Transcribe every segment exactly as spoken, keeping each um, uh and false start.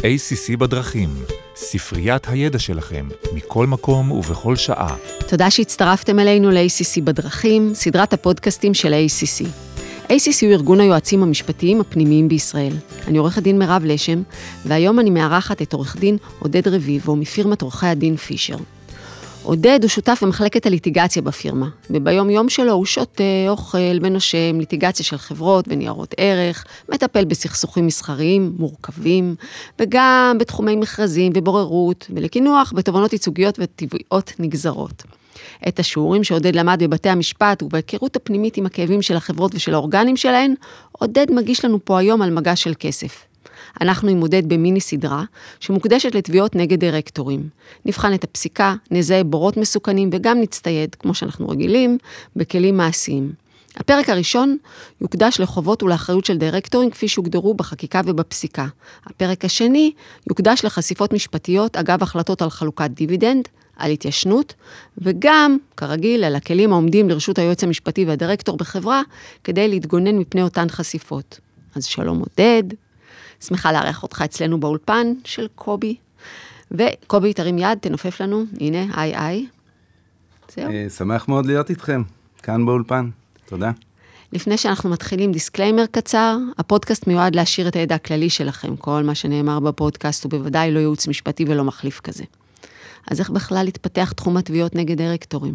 איי סי סי בדרכים, ספריית הידע שלכם, מכל מקום ובכל שעה. תודה שהצטרפתם אלינו ל-איי סי סי בדרכים, סדרת הפודקאסטים של איי סי סי. איי סי סי הוא ארגון היועצים המשפטיים הפנימיים בישראל. אני עורכת דין מירב לשם, והיום אני מארחת את עורך דין עודד רביבו מפירמת עורכי הדין פישר. עודד הוא שותף במחלקת הליטיגציה בפירמה, וביום יום שלו הוא שותה, אוכל, ונושם, ליטיגציה של חברות וניירות ערך, מטפל בסכסוכים מסחריים מורכבים, וגם בתחומי מכרזים ובוררות, ולקינוח בתובנות ייצוגיות וטבעיות נגזרות. את השיעורים שעודד למד בבתי המשפט ובהיכרות הפנימית עם הכאבים של החברות ושל האורגנים שלהן, עודד מגיש לנו פה היום על מגע של כסף. אנחנו עם עודד במיני סדרה שמוקדשת לתביעות נגד דירקטורים. נבחן את הפסיקה, נזהה בורות מסוכנים וגם נצטייד, כמו שאנחנו רגילים, בכלים מעשיים. הפרק הראשון יוקדש לחובות ולאחריות של דירקטורים כפי שהוגדרו בחקיקה ובפסיקה. הפרק השני יוקדש לחשיפות משפטיות אגב החלטות על חלוקת דיבידנד, על התיישנות, וגם, כרגיל, על הכלים העומדים לרשות היועץ המשפטי והדירקטור בחברה, כדי להתגונן מפני אותן חשיפות. אז שלום עודד. שמחה לארח אותך אצלנו באולפן של קובי. וקובי, תרים יד, תנופף לנו. הנה, היי היי. זהו. שמח מאוד להיות איתכם, כאן באולפן. תודה. לפני שאנחנו מתחילים דיסקליימר קצר, הפודקאסט מיועד להשאיר את הידע הכללי שלכם. כל מה שנאמר בפודקאסט הוא בוודאי לא ייעוץ משפטי ולא מחליף כזה. אז איך בכלל התפתח תחום התביעות נגד דירקטורים?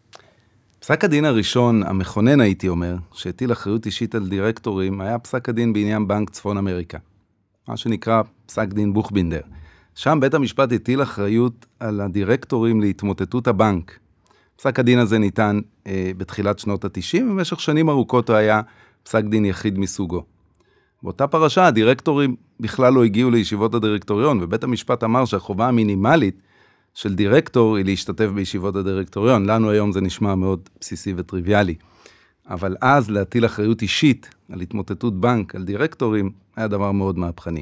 פסק הדין הראשון, המכונן הייתי אומר, שהטיל אחריות אישית על דירקטורים, היה פסק הדין בעניין בנק צפון אמריקה. מה שנקרא פסק דין בוכבינדר. שם בית המשפט הטיל אחריות על הדירקטורים להתמוטטות הבנק. פסק הדין הזה ניתן אה, בתחילת שנות ה-תשעים, ובמשך שנים ארוכות הוא היה פסק דין יחיד מסוגו. באותה פרשה הדירקטורים בכלל לא הגיעו לישיבות הדירקטוריון, ובית המשפט אמר שהחובה המינימלית של דירקטור היא להשתתף בישיבות הדירקטוריון. לנו היום זה נשמע מאוד בסיסי וטריוויאלי. אבל אז להטיל אחריות אישית על התמוטטות בנק, על דירקטורים, היה דבר מאוד מהפכני.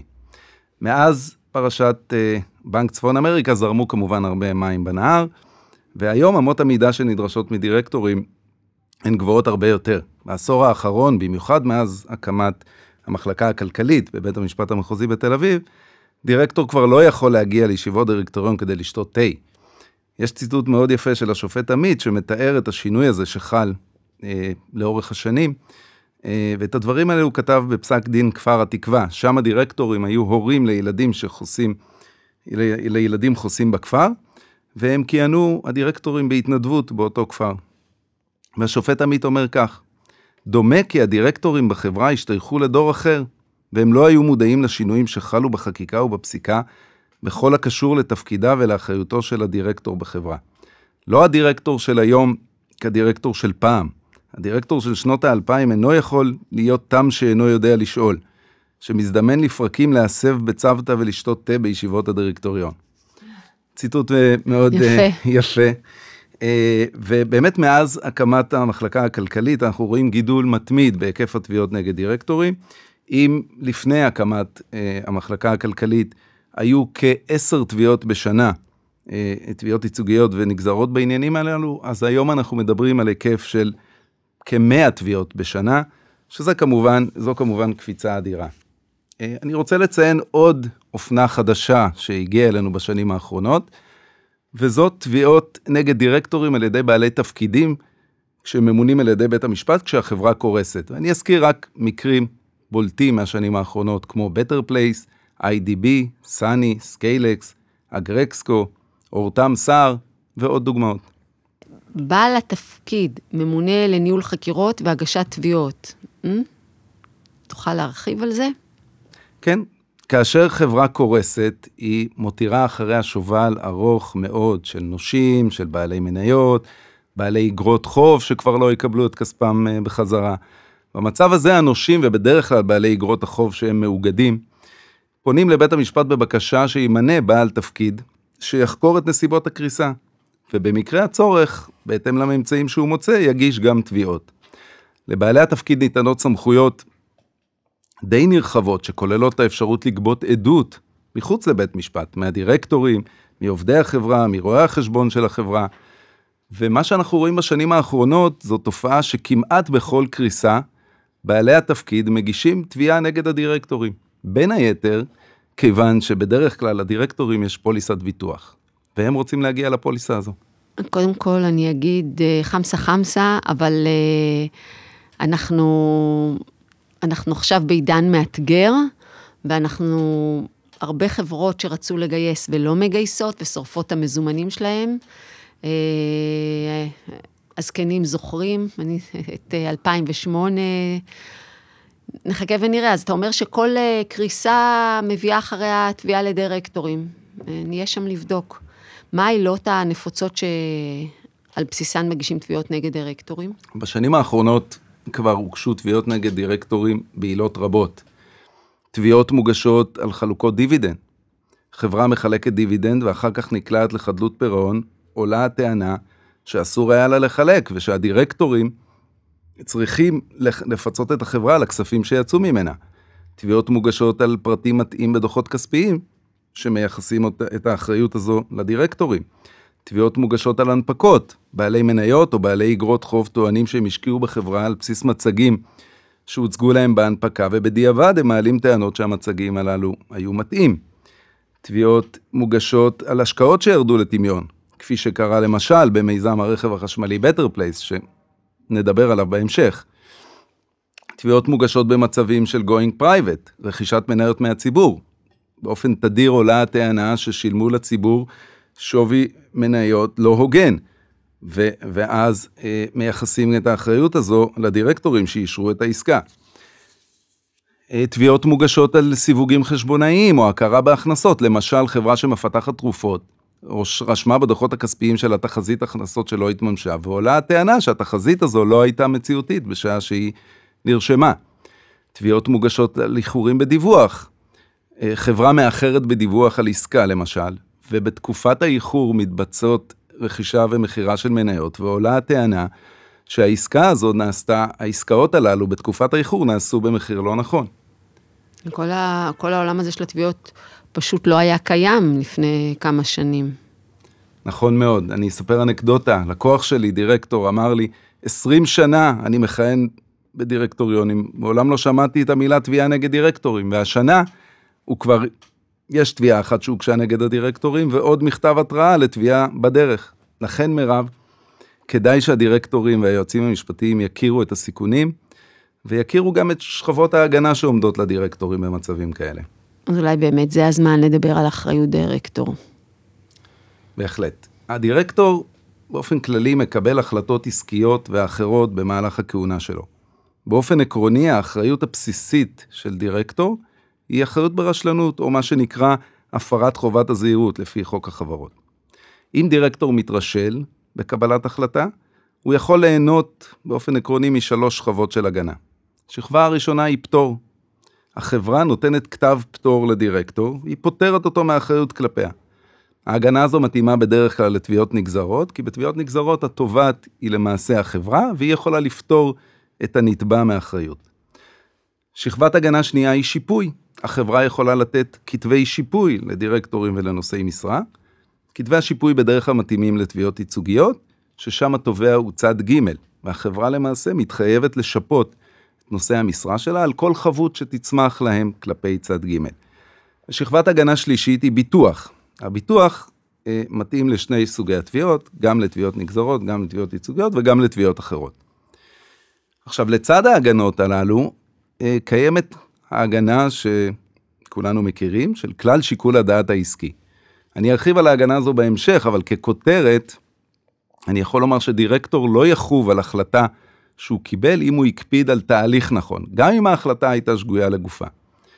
מאז פרשת אה, בנק צפון אמריקה זרמו כמובן הרבה מים בנהר, והיום אמות המידה שנדרשות מדירקטורים הן גבוהות הרבה יותר. בעשור האחרון, במיוחד מאז הקמת המחלקה הכלכלית בבית המשפט המחוזי בתל אביב, דירקטור כבר לא יכול להגיע לישיבות דירקטוריון כדי לשתות תה. יש ציטוט מאוד יפה של השופט עמית שמתאר את השינוי הזה שחל אה, לאורך השנים, אה, ואת הדברים האלה הוא כתב בפסק דין כפר התקווה. שם הדירקטורים היו הורים לילדים שחוסים, ל, לילדים חוסים בכפר, והם כיהנו הדירקטורים בהתנדבות באותו כפר. והשופט עמית אומר כך, דומה כי הדירקטורים בחברה השתייכו לדור אחר, והם לא היו מודעים לשינויים שחלו בחקיקה ובפסיקה, בכל הקשור לתפקידה ולאחריותו של הדירקטור בחברה. לא הדירקטור של היום כדירקטור של פעם. הדירקטור של שנות האלפיים אינו יכול להיות תם שאינו יודע לשאול, שמזדמן לפרקים להסב בצוותא ולשתות תה בישיבות הדירקטוריון. ציטוט מאוד יפה. יפה. ובאמת מאז הקמת המחלקה הכלכלית אנחנו רואים גידול מתמיד בהיקף התביעות נגד דירקטורים. אם לפני הקמת המחלקה הכלכלית היו כעשר תביעות בשנה, תביעות ייצוגיות ונגזרות בעניינים הללו, אז היום אנחנו מדברים על היקף של כמאה תביעות בשנה, שזה כמובן, זו כמובן קפיצה אדירה. אני רוצה לציין עוד אופנה חדשה שהגיעה אלינו בשנים האחרונות, וזאת תביעות נגד דירקטורים על ידי בעלי תפקידים, שממונים על ידי בית המשפט כשהחברה קורסת. ואני אזכיר רק מקרים בולטים מהשנים האחרונות, כמו Better Place, איי די בי, סני, סקיילקס, אגרקסקו, אורתם סער, ועוד דוגמאות. בעל התפקיד ממונה לניהול חקירות והגשת תביעות. תוכל להרחיב על זה? כן, כאשר חברה קורסת, היא מותירה אחריה שובל ארוך מאוד של נושים, של בעלי מניות, בעלי אגרות חוב שכבר לא יקבלו את כספם בחזרה. במצב הזה הנושים ובדרך כלל בעלי אגרות החוב שהם מאוגדים, פונים לבית המשפט בבקשה שימנה בעל תפקיד שיחקור את נסיבות הקריסה, ובמקרה הצורך, בהתאם לממצאים שהוא מוצא, יגיש גם תביעות. לבעלי התפקיד ניתנות סמכויות די נרחבות שכוללות האפשרות לגבות עדות מחוץ לבית משפט, מהדירקטורים, מעובדי החברה, מרואי החשבון של החברה, ומה שאנחנו רואים בשנים האחרונות זו תופעה שכמעט בכל קריסה, בעלי התפקיד מגישים תביעה נגד הדירקטורים. בין היתר, כיוון שבדרך כלל לדירקטורים יש פוליסת ביטוח, והם רוצים להגיע לפוליסה הזו. קודם כל אני אגיד חמסה חמסה, אבל אנחנו, אנחנו עכשיו בעידן מאתגר, ואנחנו הרבה חברות שרצו לגייס ולא מגייסות, ושורפות המזומנים שלהם. הזקנים זוכרים, אני, את אלפיים ושמונה, נחכה ונראה. אז אתה אומר שכל קריסה מביאה אחריה תביעה לדירקטורים. נהיה שם לבדוק. מה העילות הנפוצות שעל בסיסן מגישים תביעות נגד דירקטורים? בשנים האחרונות כבר הוגשו תביעות נגד דירקטורים בעילות רבות. תביעות מוגשות על חלוקות דיבידנד. חברה מחלקת דיבידנד ואחר כך נקלעת לחדלות פירעון, עולה הטענה שאסור היה לה לחלק, ושהדירקטורים צריכים לפצות את החברה על הכספים שיצאו ממנה. תביעות מוגשות על פרטים מתאים בדוחות כספיים, שמייחסים את האחריות הזו לדירקטורים. תביעות מוגשות על הנפקות, בעלי מניות או בעלי אגרות חוב טוענים שהם השקיעו בחברה על בסיס מצגים שהוצגו להם בהנפקה, ובדיעבד הם מעלים טענות שהמצגים הללו היו מתאים. תביעות מוגשות על השקעות שירדו לטמיון, כפי שקרה למשל במיזם הרכב החשמלי Better Place, שנדבר עליו בהמשך. תביעות מוגשות במצבים של going private, רכישת מניות מהציבור. באופן תדיר עולה הטענה ששילמו לציבור שווי מניות לא הוגן, ו- ואז אה, מייחסים את האחריות הזו לדירקטורים שישרו את העסקה. אה, תביעות מוגשות על סיווגים חשבונאיים או הכרה בהכנסות, למשל חברה שמפתחת תרופות, או רשמה בדוחות הכספיים של התחזית הכנסות שלא התממשה, ועולה הטענה שהתחזית הזו לא הייתה מציאותית בשעה שהיא נרשמה. תביעות מוגשות על איחורים בדיווח, חברה מאחרת בדיווח על עסקה למשל, ובתקופת האיחור מתבצעות רכישה ומחירה של מניות, ועולה הטענה שהעסקה הזו נעשתה, העסקאות הללו בתקופת האיחור נעשו במחיר לא נכון. כל, ה, כל העולם הזה של התביעות פשוט לא היה קיים לפני כמה שנים. נכון מאוד, אני אספר אנקדוטה, לקוח שלי, דירקטור, אמר לי, עשרים שנה אני מכהן בדירקטוריונים, מעולם לא שמעתי את המילה תביעה נגד דירקטורים, והשנה הוא כבר, יש תביעה אחת שהוגשה נגד הדירקטורים, ועוד מכתב התראה לתביעה בדרך. לכן מירב, כדאי שהדירקטורים והיועצים המשפטיים יכירו את הסיכונים, ויכירו גם את שכבות ההגנה שעומדות לדירקטורים במצבים כאלה. אז אולי באמת זה הזמן לדבר על אחריות דירקטור. בהחלט. הדירקטור באופן כללי מקבל החלטות עסקיות ואחרות במהלך הכהונה שלו. באופן עקרוני, האחריות הבסיסית של דירקטור היא אחריות ברשלנות, או מה שנקרא הפרת חובת הזהירות לפי חוק החברות. אם דירקטור מתרשל בקבלת החלטה, הוא יכול ליהנות באופן עקרוני משלוש שכבות של הגנה. השכבה הראשונה היא פטור. החברה נותנת כתב פטור לדירקטור, היא פותרת אותו מאחריות כלפיה. ההגנה הזו מתאימה בדרך כלל לתביעות נגזרות, כי בתביעות נגזרות התובעת היא למעשה החברה, והיא יכולה לפטור את הנתבע מאחריות. שכבת הגנה שנייה היא שיפוי. החברה יכולה לתת כתבי שיפוי לדירקטורים ולנושאי משרה. כתבי השיפוי בדרך כלל מתאימים לתביעות ייצוגיות, ששם התובע הוא צד ג', והחברה למעשה מתחייבת לשפות את נושאי המשרה שלה על כל חבות שתצמח להם כלפי צד ג'. שכבת הגנה שלישית היא ביטוח. הביטוח אה, מתאים לשני סוגי התביעות, גם לתביעות נגזרות, גם לתביעות ייצוגיות וגם לתביעות אחרות. עכשיו, לצד ההגנות הללו, אה, קיימת ההגנה שכולנו מכירים, של כלל שיקול הדעת העסקי. אני ארחיב על ההגנה הזו בהמשך, אבל ככותרת, אני יכול לומר שדירקטור לא יחוב על החלטה שהוא קיבל אם הוא יקפיד על תהליך נכון, גם אם ההחלטה הייתה שגויה לגופה.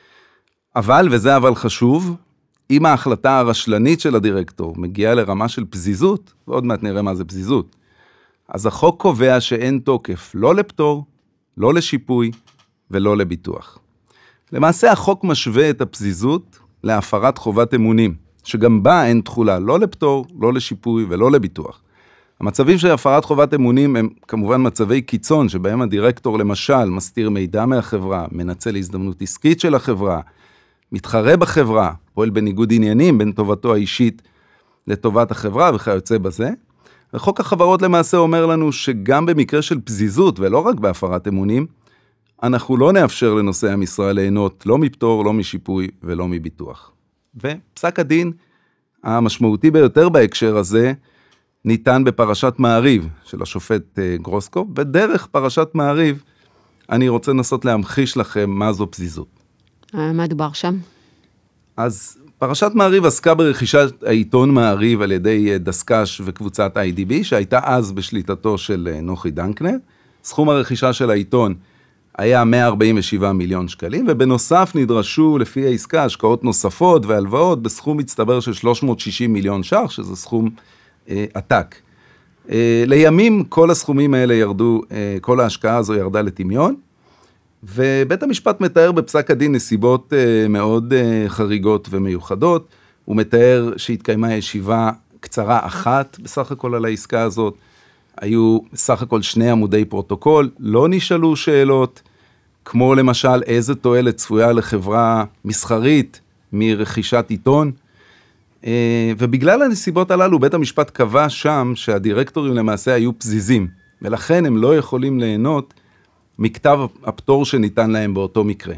אבל, וזה אבל חשוב, אם ההחלטה הרשלנית של הדירקטור מגיעה לרמה של פזיזות, ועוד מעט נראה מה זה פזיזות, אז החוק קובע שאין תוקף לא לפטור, לא לשיפוי ולא לביטוח. למעשה החוק משווה את הפזיזות להפרת חובת אמונים, שגם בה אין תחולה לא לפטור, לא לשיפוי ולא לביטוח. המצבים של הפרת חובת אמונים הם כמובן מצבי קיצון, שבהם הדירקטור למשל מסתיר מידע מהחברה, מנצל הזדמנות עסקית של החברה, מתחרה בחברה, פועל בניגוד עניינים בין טובתו האישית לטובת החברה וכיוצא בזה. וחוק החברות למעשה אומר לנו שגם במקרה של פזיזות ולא רק בהפרת אמונים, אנחנו לא נאפשר לנושאי המשרה ליהנות לא מפטור, לא משיפוי ולא מביטוח. ופסק הדין המשמעותי ביותר בהקשר הזה, ניתן בפרשת מעריב של השופט גרוסקופ, ודרך פרשת מעריב, אני רוצה לנסות להמחיש לכם מה זו פזיזות. מה דובר שם? אז פרשת מעריב עסקה ברכישת העיתון מעריב על ידי דסקש וקבוצת איי די בי, שהייתה אז בשליטתו של נוחי דנקנר. סכום הרכישה של העיתון היה מאה ארבעים ושבעה מיליון שקלים, ובנוסף נדרשו לפי העסקה השקעות נוספות והלוואות בסכום מצטבר של שלוש מאות ושישים מיליון ש"ח, שזה סכום אה, עתק. אה, לימים כל הסכומים האלה ירדו, אה, כל ההשקעה הזו ירדה לטמיון, ובית המשפט מתאר בפסק הדין נסיבות אה, מאוד אה, חריגות ומיוחדות. הוא מתאר שהתקיימה ישיבה קצרה אחת בסך הכל על העסקה הזאת, היו בסך הכל שני עמודי פרוטוקול, לא נשאלו שאלות, כמו למשל איזה תועלת צפויה לחברה מסחרית מרכישת עיתון, ובגלל הנסיבות הללו בית המשפט קבע שם שהדירקטורים למעשה היו פזיזים, ולכן הם לא יכולים ליהנות מכתב הפטור שניתן להם באותו מקרה.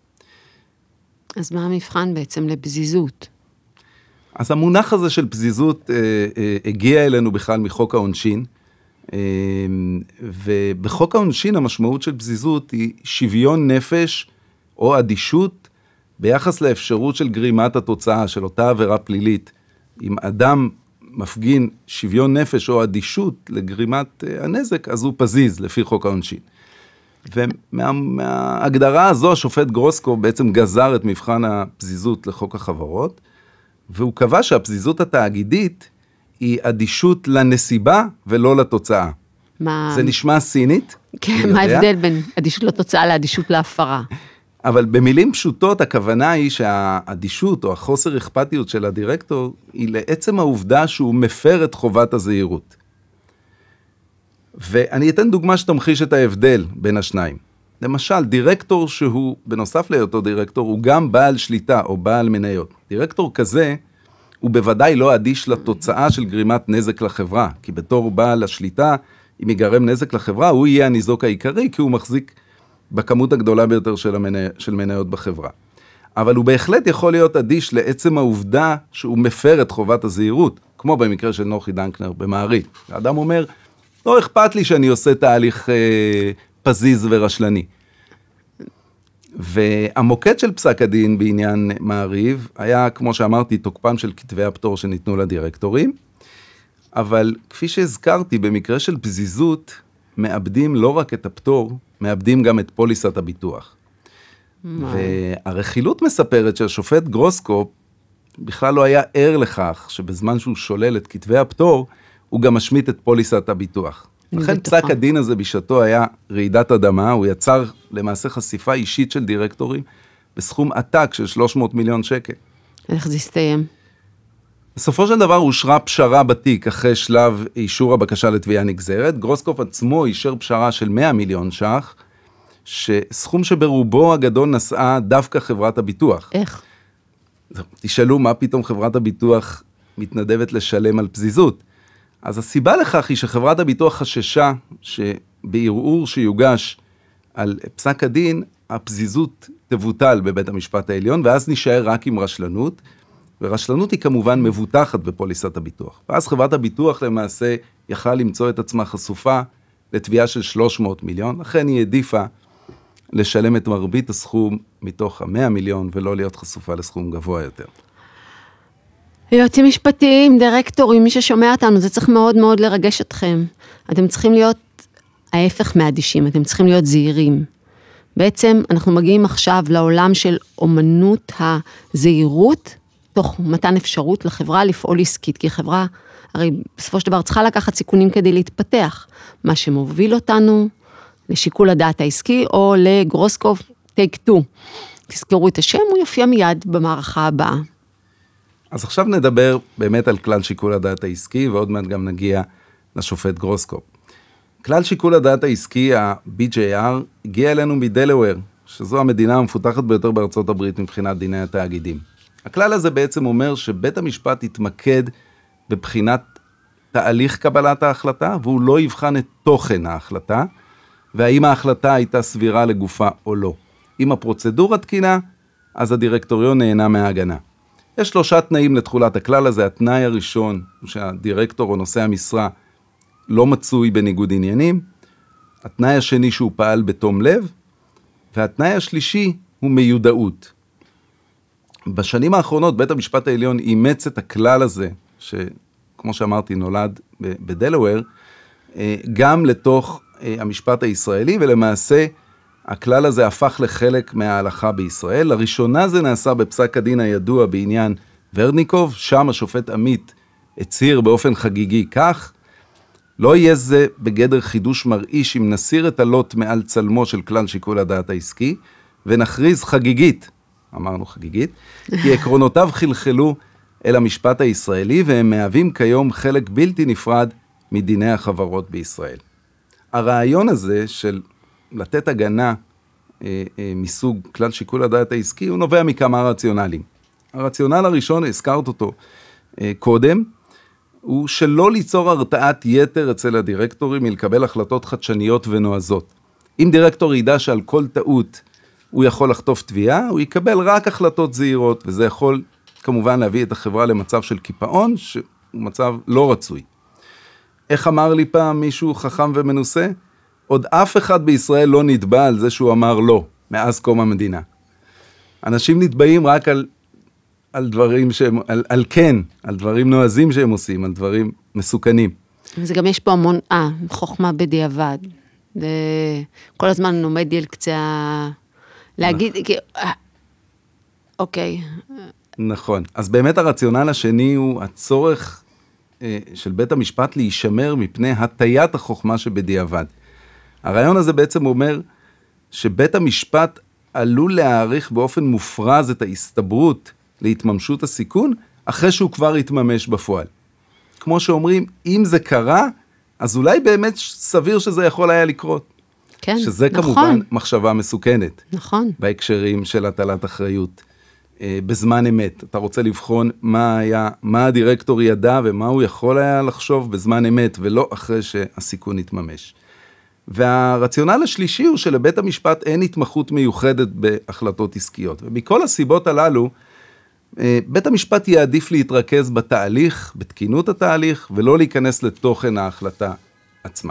אז מה המבחן בעצם לפזיזות? אז המונח הזה של פזיזות אה, אה, הגיע אלינו בכלל מחוק העונשין, אה, ובחוק העונשין המשמעות של פזיזות היא שוויון נפש או אדישות ביחס לאפשרות של גרימת התוצאה של אותה עבירה פלילית. אם אדם מפגין שוויון נפש או אדישות לגרימת אה, הנזק, אז הוא פזיז לפי חוק העונשין. ומההגדרה הזו השופט גרוסקופ בעצם גזר את מבחן הפזיזות לחוק החברות, והוא קבע שהפזיזות התאגידית היא אדישות לנסיבה ולא לתוצאה. מה... זה נשמע סינית? כן, מה ההבדל בין אדישות לתוצאה לאדישות להפרה? אבל במילים פשוטות הכוונה היא שהאדישות או החוסר אכפתיות של הדירקטור היא לעצם העובדה שהוא מפר את חובת הזהירות. ואני אתן דוגמה שתמחיש את ההבדל בין השניים. למשל, דירקטור שהוא, בנוסף להיותו דירקטור, הוא גם בעל שליטה או בעל מניות. דירקטור כזה, הוא בוודאי לא אדיש לתוצאה של גרימת נזק לחברה, כי בתור בעל השליטה, אם ייגרם נזק לחברה, הוא יהיה הניזוק העיקרי, כי הוא מחזיק בכמות הגדולה ביותר של, המני... של מניות בחברה. אבל הוא בהחלט יכול להיות אדיש לעצם העובדה שהוא מפר את חובת הזהירות, כמו במקרה של נוחי דנקנר במעריב. האדם אומר, לא אכפת לי שאני עושה תהליך אה, פזיז ורשלני. והמוקד של פסק הדין בעניין מעריב היה, כמו שאמרתי, תוקפם של כתבי הפטור שניתנו לדירקטורים, אבל כפי שהזכרתי, במקרה של פזיזות, מאבדים לא רק את הפטור, מאבדים גם את פוליסת הביטוח. מה? והרכילות מספרת שהשופט גרוסקופ בכלל לא היה ער לכך, שבזמן שהוא שולל את כתבי הפטור, הוא גם משמיט את פוליסת הביטוח. לכן פסק הדין הזה בשעתו היה רעידת אדמה, הוא יצר למעשה חשיפה אישית של דירקטורים, בסכום עתק של שלוש מאות מיליון שקל. איך זה הסתיים? בסופו של דבר אושרה פשרה בתיק, אחרי שלב אישור הבקשה לתביעה נגזרת, גרוסקופ עצמו אישר פשרה של מאה מיליון ש"ח, שסכום שברובו הגדול נשאה דווקא חברת הביטוח. איך? תשאלו מה פתאום חברת הביטוח מתנדבת לשלם על פזיזות. אז הסיבה לכך היא שחברת הביטוח חששה שבערעור שיוגש על פסק הדין, הפזיזות תבוטל בבית המשפט העליון, ואז נשאר רק עם רשלנות, ורשלנות היא כמובן מבוטחת בפוליסת הביטוח. ואז חברת הביטוח למעשה יכלה למצוא את עצמה חשופה לתביעה של שלוש מאות מיליון, לכן היא העדיפה לשלם את מרבית הסכום מתוך ה-מאה מיליון, ולא להיות חשופה לסכום גבוה יותר. יועצים משפטיים, דירקטורים, מי ששומע אותנו, זה צריך מאוד מאוד לרגש אתכם. אתם צריכים להיות ההפך מאדישים, אתם צריכים להיות זהירים. בעצם אנחנו מגיעים עכשיו לעולם של אומנות הזהירות, תוך מתן אפשרות לחברה לפעול עסקית, כי חברה, הרי בסופו של דבר צריכה לקחת סיכונים כדי להתפתח, מה שמוביל אותנו לשיקול הדעת העסקי, או לגרוסקופ טייק טו. תזכרו את השם, הוא יופיע מיד במערכה הבאה. אז עכשיו נדבר באמת על כלל שיקול הדעת העסקי, ועוד מעט גם נגיע לשופט גרוסקופ. כלל שיקול הדעת העסקי, ה-בי ג'יי אר, הגיע אלינו מדלוור, שזו המדינה המפותחת ביותר בארצות הברית מבחינת דיני התאגידים. הכלל הזה בעצם אומר שבית המשפט יתמקד בבחינת תהליך קבלת ההחלטה, והוא לא יבחן את תוכן ההחלטה, והאם ההחלטה הייתה סבירה לגופה או לא. אם הפרוצדורה תקינה, אז הדירקטוריון נהנה מההגנה. יש שלושה תנאים לתחולת הכלל הזה. התנאי הראשון הוא שהדירקטור או נושא המשרה לא מצוי בניגוד עניינים. התנאי השני שהוא פעל בתום לב, והתנאי השלישי הוא מיודעות. בשנים האחרונות בית המשפט העליון אימץ את הכלל הזה, שכמו שאמרתי נולד בדלוור, גם לתוך המשפט הישראלי, ולמעשה הכלל הזה הפך לחלק מההלכה בישראל. לראשונה זה נעשה בפסק הדין הידוע בעניין ורניקוב, שם השופט עמית הצהיר באופן חגיגי כך, לא יהיה זה בגדר חידוש מרעיש אם נסיר את הלוט מעל צלמו של כלל שיקול הדעת העסקי, ונכריז חגיגית, אמרנו חגיגית, כי עקרונותיו חלחלו אל המשפט הישראלי, והם מהווים כיום חלק בלתי נפרד מדיני החברות בישראל. הרעיון הזה של לתת הגנה אה, אה, מסוג כלל שיקול הדעת העסקי, הוא נובע מכמה רציונלים. הרציונל הראשון, הזכרת אותו אה, קודם, הוא שלא ליצור הרתעת יתר אצל הדירקטורים מלקבל החלטות חדשניות ונועזות. אם דירקטור ידע שעל כל טעות הוא יכול לחטוף תביעה, הוא יקבל רק החלטות זהירות, וזה יכול כמובן להביא את החברה למצב של קיפאון, שהוא מצב לא רצוי. איך אמר לי פעם מישהו חכם ומנוסה? עוד אף אחד בישראל לא נתבע על זה שהוא אמר לא, מאז קום המדינה. אנשים נתבעים רק על, על דברים שהם, על, על כן, על דברים נועזים שהם עושים, על דברים מסוכנים. וזה גם יש פה המון, אה, חוכמה בדיעבד. כל הזמן עומד על קצה, להגיד, אוקיי. נכון. אז באמת הרציונל השני הוא הצורך של בית המשפט להישמר מפני הטיית החוכמה שבדיעבד. הרעיון הזה בעצם אומר שבית המשפט עלול להעריך באופן מופרז את ההסתברות להתממשות הסיכון, אחרי שהוא כבר יתממש בפועל. כמו שאומרים, אם זה קרה, אז אולי באמת סביר שזה יכול היה לקרות. כן, שזה נכון. כמובן מחשבה מסוכנת. נכון. בהקשרים של הטלת אחריות. בזמן אמת. אתה רוצה לבחון מה היה, מה הדירקטור ידע ומה הוא יכול היה לחשוב בזמן אמת, ולא אחרי שהסיכון יתממש. והרציונל השלישי הוא שלבית המשפט אין התמחות מיוחדת בהחלטות עסקיות. ומכל הסיבות הללו, בית המשפט יעדיף להתרכז בתהליך, בתקינות התהליך, ולא להיכנס לתוכן ההחלטה עצמה.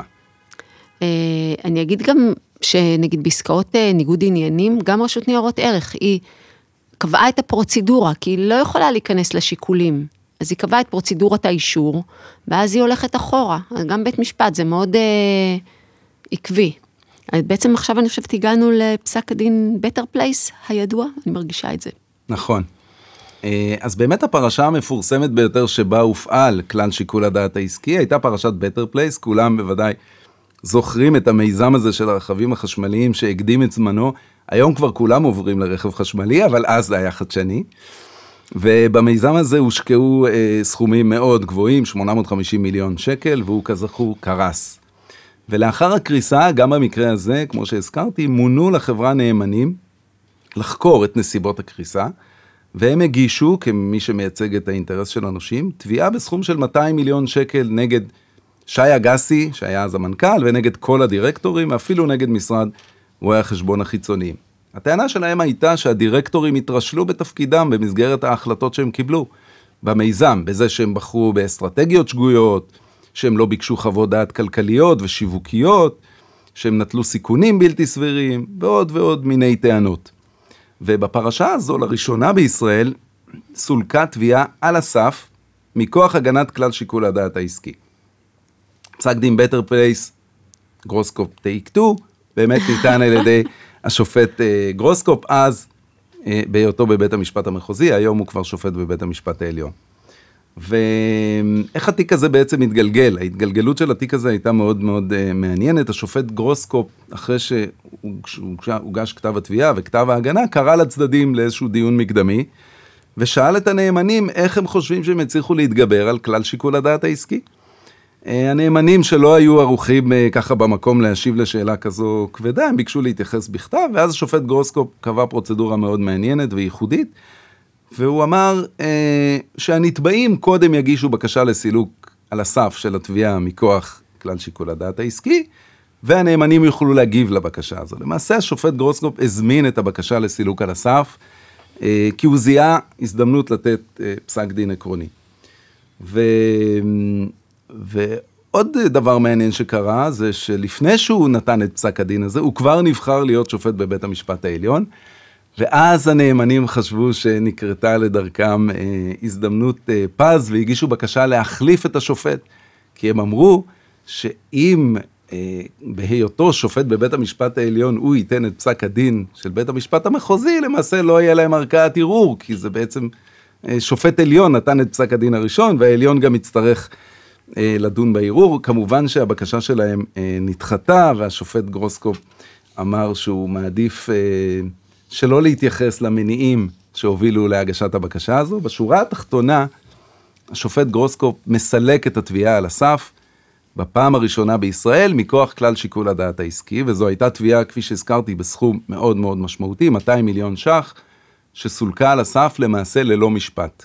אני אגיד גם שנגיד בעסקאות ניגוד עניינים, גם רשות ניירות ערך, היא קבעה את הפרוצדורה, כי היא לא יכולה להיכנס לשיקולים. אז היא קבעה את פרוצדורת האישור, ואז היא הולכת אחורה. גם בית משפט, זה מאוד אה, עקבי. בעצם עכשיו אני חושבת, הגענו לפסק הדין Better Place הידוע, אני מרגישה את זה. נכון. אז באמת הפרשה המפורסמת ביותר שבה הופעל כלל שיקול הדעת העסקי, הייתה פרשת Better Place, כולם בוודאי זוכרים את המיזם הזה של הרכבים החשמליים שהקדים את זמנו, היום כבר כולם עוברים לרכב חשמלי, אבל אז זה היה חדשני, ובמיזם הזה הושקעו אה, סכומים מאוד גבוהים, שמונה מאות וחמישים מיליון שקל, והוא כזכור קרס. ולאחר הקריסה, גם במקרה הזה, כמו שהזכרתי, מונו לחברה נאמנים לחקור את נסיבות הקריסה, והם הגישו, כמי שמייצג את האינטרס של הנושים, תביעה בסכום של מאתיים מיליון שקל נגד שי אגסי, שהיה אז המנכ"ל, ונגד כל הדירקטורים, אפילו נגד משרד רואי החשבון החיצוניים. הטענה שלהם הייתה שהדירקטורים התרשלו בתפקידם במסגרת ההחלטות שהם קיבלו במיזם, בזה שהם בחרו באסטרטגיות שגויות, שהם לא ביקשו חוות דעת כלכליות ושיווקיות, שהם נטלו סיכונים בלתי סבירים, ועוד ועוד מיני טענות. ובפרשה הזו, לראשונה בישראל, סולקה תביעה על הסף, מכוח הגנת כלל שיקול הדעת העסקי. פסק דין Better Place, גרוסקופ טייק טו, באמת ניתן על ידי השופט גרוסקופ, אז בהיותו בבית המשפט המחוזי, היום הוא כבר שופט בבית המשפט העליון. ואיך התיק הזה בעצם התגלגל? ההתגלגלות של התיק הזה הייתה מאוד מאוד מעניינת. השופט גרוסקופ, אחרי שהוגש כתב התביעה וכתב ההגנה, קרא לצדדים לאיזשהו דיון מקדמי, ושאל את הנאמנים איך הם חושבים שהם הצליחו להתגבר על כלל שיקול הדעת העסקי. הנאמנים שלא היו ערוכים ככה במקום להשיב לשאלה כזו כבדה, הם ביקשו להתייחס בכתב, ואז השופט גרוסקופ קבע פרוצדורה מאוד מעניינת וייחודית, והוא אמר אה, שהנתבעים קודם יגישו בקשה לסילוק על הסף של התביעה מכוח כלל שיקול הדעת העסקי, והנאמנים יוכלו להגיב לבקשה הזו. למעשה השופט גרוסקופ הזמין את הבקשה לסילוק על הסף, כי הוא זיהה הזדמנות לתת פסק דין עקרוני. ו... ועוד דבר מעניין שקרה, זה שלפני שהוא נתן את פסק הדין הזה, הוא כבר נבחר להיות שופט בבית המשפט העליון, ואז הנאמנים חשבו שנקרתה לדרכם הזדמנות פז, והגישו בקשה להחליף את השופט, כי הם אמרו שאם בהיותו שופט בבית המשפט העליון, הוא ייתן את פסק הדין של בית המשפט המחוזי, למעשה לא יהיה להם ערכאת ערעור, כי זה בעצם שופט עליון נתן את פסק הדין הראשון, והעליון גם יצטרך לדון בערעור. כמובן שהבקשה שלהם נדחתה, והשופט גרוסקופ אמר שהוא מעדיף שלא להתייחס למניעים שהובילו להגשת הבקשה הזו. בשורה התחתונה, השופט גרוסקופ מסלק את התביעה על הסף, בפעם הראשונה בישראל, מכוח כלל שיקול הדעת העסקי, וזו הייתה תביעה, כפי שהזכרתי, בסכום מאוד מאוד משמעותי, מאתיים מיליון ש"ח, שסולקה על הסף למעשה ללא משפט.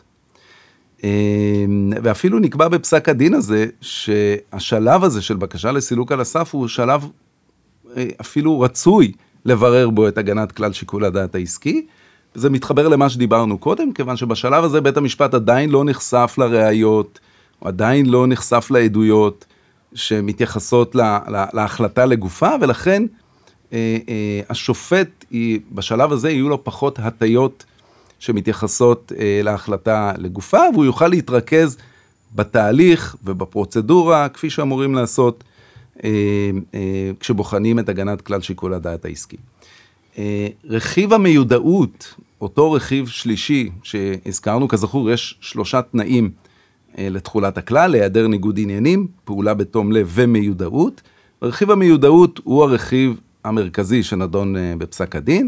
ואפילו נקבע בפסק הדין הזה, שהשלב הזה של בקשה לסילוק על הסף, הוא שלב אפילו רצוי לברר בו את הגנת כלל שיקול הדעת העסקי, וזה מתחבר למה שדיברנו קודם, כיוון שבשלב הזה בית המשפט עדיין לא נחשף לראיות, הוא עדיין לא נחשף לעדויות, שמתייחסות לה, לה, להחלטה לגופה, ולכן אה, אה, השופט, היא, בשלב הזה יהיו לו פחות הטיות שמתייחסות אה, להחלטה לגופה, והוא יוכל להתרכז בתהליך ובפרוצדורה, כפי שאמורים לעשות, אה, אה, כשבוחנים את הגנת כלל שיקול הדעת העסקי. אה, רכיב המיודעות, אותו רכיב שלישי שהזכרנו, כזכור, יש שלושה תנאים, לתחולת הכלל, להיעדר ניגוד עניינים, פעולה בתום לב ומיודעות. רכיב המיודעות הוא הרכיב המרכזי שנדון בפסק הדין,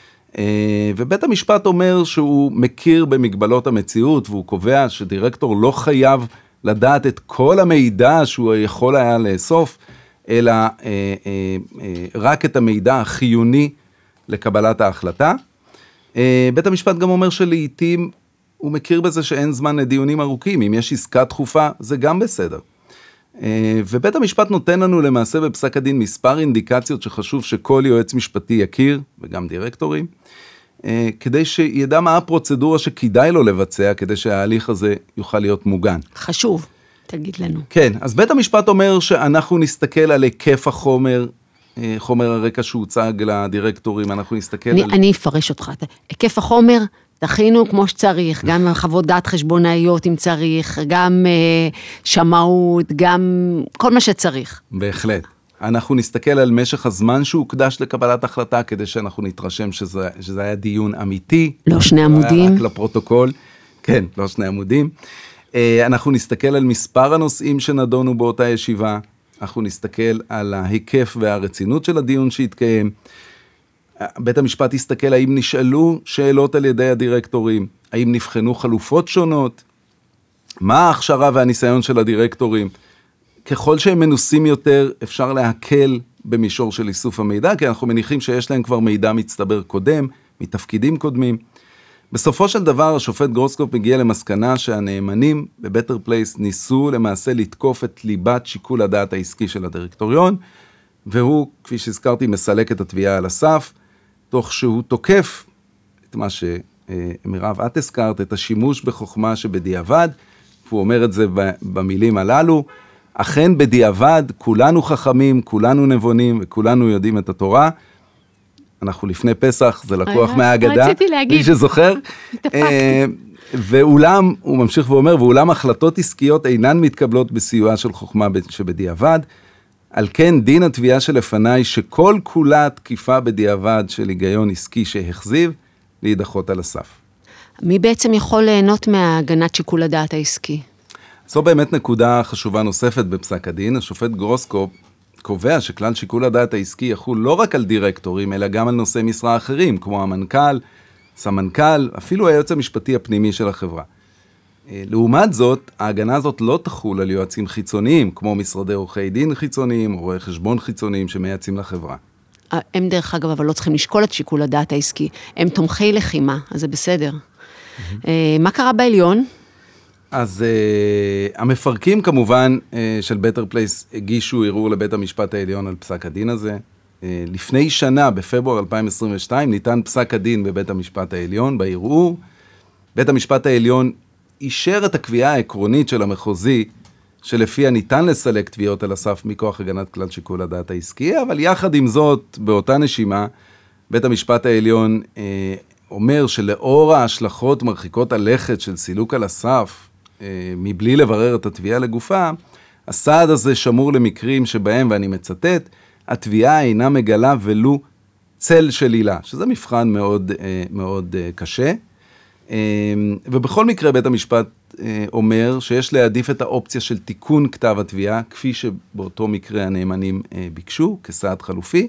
ובית המשפט אומר שהוא מכיר במגבלות המציאות, והוא קובע שדירקטור לא חייב לדעת את כל המידע שהוא יכול היה לאסוף, אלא רק את המידע החיוני לקבלת ההחלטה. בית המשפט גם אומר שלעיתים הוא מכיר בזה שאין זמן לדיונים ארוכים, אם יש עסקה דחופה, זה גם בסדר. ובית המשפט נותן לנו למעשה בפסק הדין מספר אינדיקציות שחשוב שכל יועץ משפטי יכיר, וגם דירקטורים, כדי שידע מה הפרוצדורה שכדאי לו לבצע, כדי שההליך הזה יוכל להיות מוגן. חשוב, תגיד לנו. כן, אז בית המשפט אומר שאנחנו נסתכל על היקף החומר, חומר הרקע שהוצג לדירקטורים, אנחנו נסתכל אני, על... אני אפרש אותך, היקף החומר... תכינו כמו שצריך, גם חוות דעת חשבונאיות אם צריך, גם uh, שמאות, גם כל מה שצריך. בהחלט. אנחנו נסתכל על משך הזמן שהוקדש לקבלת החלטה, כדי שאנחנו נתרשם שזה, שזה היה דיון אמיתי. לא שני עמודים. רק לפרוטוקול. כן, לא שני עמודים. Uh, אנחנו נסתכל על מספר הנושאים שנדונו באותה ישיבה, אנחנו נסתכל על ההיקף והרצינות של הדיון שהתקיים, בית המשפט יסתכל האם נשאלו שאלות על ידי הדירקטורים, האם נבחנו חלופות שונות, מה ההכשרה והניסיון של הדירקטורים. ככל שהם מנוסים יותר, אפשר להקל במישור של איסוף המידע, כי אנחנו מניחים שיש להם כבר מידע מצטבר קודם, מתפקידים קודמים. בסופו של דבר, השופט גרוסקופ הגיע למסקנה שהנאמנים בבטר פלייס ניסו למעשה לתקוף את ליבת שיקול הדעת העסקי של הדירקטוריון, והוא, כפי שהזכרתי, מסלק את התביעה על הסף, תוך שהוא תוקף את מה שמירב את הזכרת, את השימוש בחוכמה שבדיעבד, והוא אומר את זה במילים הללו, אכן בדיעבד כולנו חכמים, כולנו נבונים וכולנו יודעים את התורה, אנחנו לפני פסח, זה לקוח מהאגדה, מי שזוכר, ואולם, הוא ממשיך ואומר, ואולם החלטות עסקיות אינן מתקבלות בסיועה של חוכמה שבדיעבד, על כן דין התביעה שלפניי שכל כולה תקיפה בדיעבד של היגיון עסקי שהחזיב, להידחות על הסף. מי בעצם יכול ליהנות מהגנת שיקול הדעת העסקי? זו באמת נקודה חשובה נוספת בפסק הדין. השופט גרוסקופ קובע שכלל שיקול הדעת העסקי יחול לא רק על דירקטורים, אלא גם על נושאי משרה אחרים, כמו המנכ"ל, סמנכ"ל, אפילו היועץ המשפטי הפנימי של החברה. לעומת זאת, ההגנה הזאת לא תחול על יועצים חיצוניים, כמו משרדי עורכי דין חיצוניים, או רואי חשבון חיצוניים שמייעצים לחברה. הם דרך אגב, אבל לא צריכים לשקול את שיקול הדעת העסקי. הם תומכי לחימה, אז זה בסדר. מה קרה בעליון? אז uh, המפרקים כמובן uh, של בטר פלייס הגישו ערעור לבית המשפט העליון על פסק הדין הזה. Uh, לפני שנה, בפברואר אלפיים עשרים ושתיים, ניתן פסק הדין בבית המשפט העליון בערעור. בית המשפט העליון אישר את הקביעה העקרונית של המחוזי, שלפיה ניתן לסלק תביעות על הסף מכוח הגנת כלל שיקול הדעת העסקי, אבל יחד עם זאת, באותה נשימה, בית המשפט העליון אה, אומר שלאור ההשלכות מרחיקות הלכת של סילוק על הסף, אה, מבלי לברר את התביעה לגופה, הסעד הזה שמור למקרים שבהם, ואני מצטט, התביעה אינה מגלה ולו צל של עילה, שזה מבחן מאוד, אה, מאוד אה, קשה. ובכל מקרה בית המשפט אומר שיש להעדיף את האופציה של תיקון כתב התביעה, כפי שבאותו מקרה הנאמנים ביקשו, כסעד חלופי.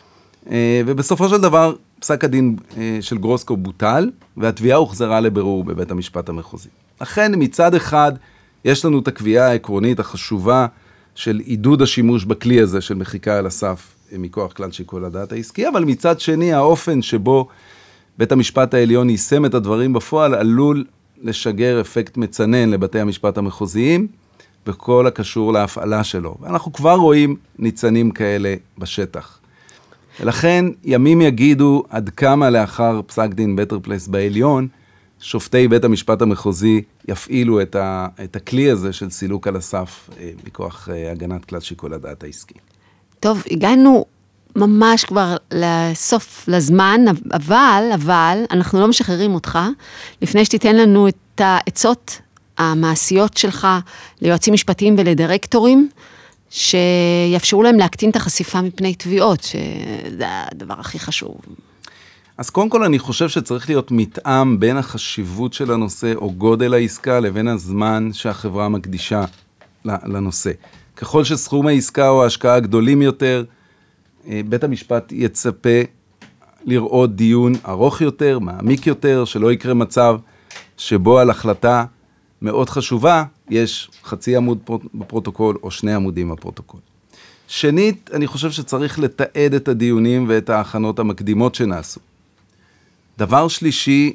ובסופו של דבר פסק הדין של גרוסקו בוטל, והתביעה הוחזרה לבירור בבית המשפט המחוזי. לכן מצד אחד יש לנו את הקביעה העקרונית החשובה של עידוד השימוש בכלי הזה של מחיקה על הסף מכוח כלל שיקול הדעת העסקי, אבל מצד שני האופן שבו בית המשפט העליון יישם את הדברים בפועל, עלול לשגר אפקט מצנן לבתי המשפט המחוזיים, בכל הקשור להפעלה שלו. ואנחנו כבר רואים ניצנים כאלה בשטח. ולכן ימים יגידו עד כמה לאחר פסק דין בטר פלייס בעליון, שופטי בית המשפט המחוזי יפעילו את, ה, את הכלי הזה של סילוק על הסף מכוח הגנת כלל שיקול הדעת העסקי. טוב, הגענו ממש כבר לסוף לזמן, אבל, אבל, אנחנו לא משחררים אותך, לפני שתיתן לנו את העצות המעשיות שלך ליועצים משפטיים ולדירקטורים, שיאפשרו להם להקטין את החשיפה מפני תביעות, שזה הדבר הכי חשוב. אז קודם כל אני חושב שצריך להיות מתאם בין החשיבות של הנושא או גודל העסקה לבין הזמן שהחברה מקדישה לנושא. ככל שסכום העסקה או ההשקעה גדולים יותר, בית המשפט יצפה לראות דיון ארוך יותר, מעמיק יותר, שלא יקרה מצב שבו על החלטה מאוד חשובה, יש חצי עמוד בפרוטוקול או שני עמודים בפרוטוקול. שנית, אני חושב שצריך לתעד את הדיונים ואת ההכנות המקדימות שנעשו. דבר שלישי,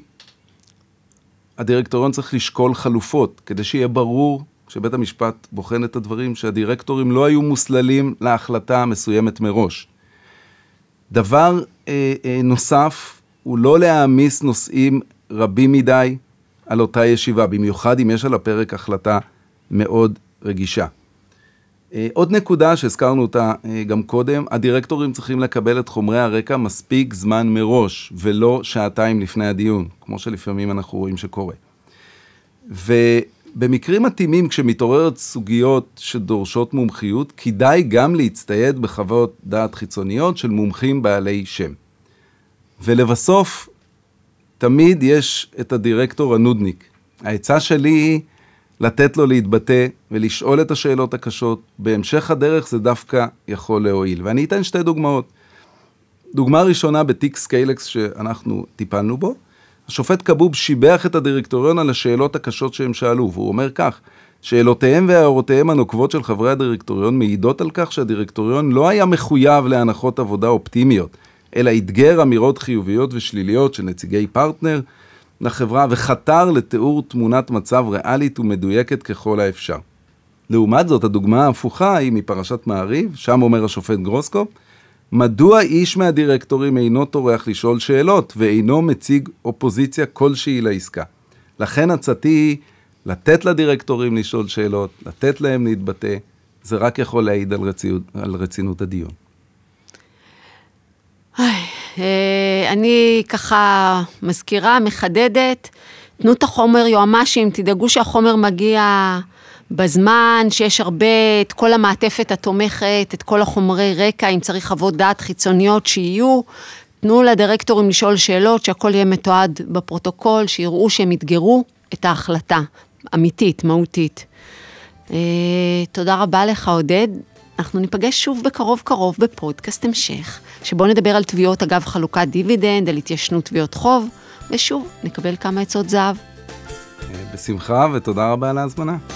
הדירקטוריון צריך לשקול חלופות, כדי שיהיה ברור שבית המשפט בוחן את הדברים, שהדירקטורים לא היו מוסללים להחלטה מסוימת מראש. דבר אה, אה, נוסף, הוא לא להעמיס נושאים רבים מדי על אותה ישיבה, במיוחד אם יש על הפרק החלטה מאוד רגישה. אה, עוד נקודה שהזכרנו אותה אה, גם קודם, הדירקטורים צריכים לקבל את חומרי הרקע מספיק זמן מראש, ולא שעתיים לפני הדיון, כמו שלפעמים אנחנו רואים שקורה. ובמקרים מתאימים, כשמתעוררת סוגיות שדורשות מומחיות, כדאי גם להצטייד בחוות דעת חיצוניות של מומחים בעלי שם. ולבסוף, תמיד יש את הדירקטור הנודניק. העצה שלי היא לתת לו להתבטא ולשאול את השאלות הקשות. בהמשך הדרך זה דווקא יכול להועיל. ואני אתן שתי דוגמאות. דוגמה ראשונה בתיק סקיילקס שאנחנו טיפלנו בו. השופט קבוב שיבח את הדירקטוריון על השאלות הקשות שהם שאלו, והוא אומר כך, שאלותיהם והערותיהם הנוקבות של חברי הדירקטוריון מעידות על כך שהדירקטוריון לא היה מחויב להנחות עבודה אופטימיות, אלא התגר אמירות חיוביות ושליליות של נציגי פרטנר לחברה, וחתר לתיאור תמונת מצב ריאלית ומדויקת ככל האפשר. לעומת זאת, הדוגמה ההפוכה היא מפרשת מעריב, שם אומר השופט גרוסקו, מדוע איש מהדירקטורים אינו טורח לשאול שאלות, ואינו מציג אופוזיציה כלשהי לעסקה. לכן הצעתי היא לתת לדירקטורים לשאול שאלות, לתת להם להתבטא, זה רק יכול להעיד על רצינות, על רצינות הדיון. אני ככה מזכירה, מחדדת, תנו את החומר יועמ"שים, תדאגו שהחומר מגיע בזמן, שיש הרבה, את כל המעטפת התומכת, את כל החומרי רקע, אם צריך חוות דעת חיצוניות שיהיו, תנו לדירקטורים לשאול שאלות, שהכל יהיה מתועד בפרוטוקול, שיראו שהם יתגרו את ההחלטה, אמיתית, מהותית. תודה רבה לך עודד, אנחנו ניפגש שוב בקרוב קרוב בפודקאסט המשך, שבו נדבר על תביעות אגב חלוקת דיבידנד, על התיישנות תביעות חוב, ושוב נקבל כמה עצות זהב. בשמחה ותודה רבה על ההזמנה.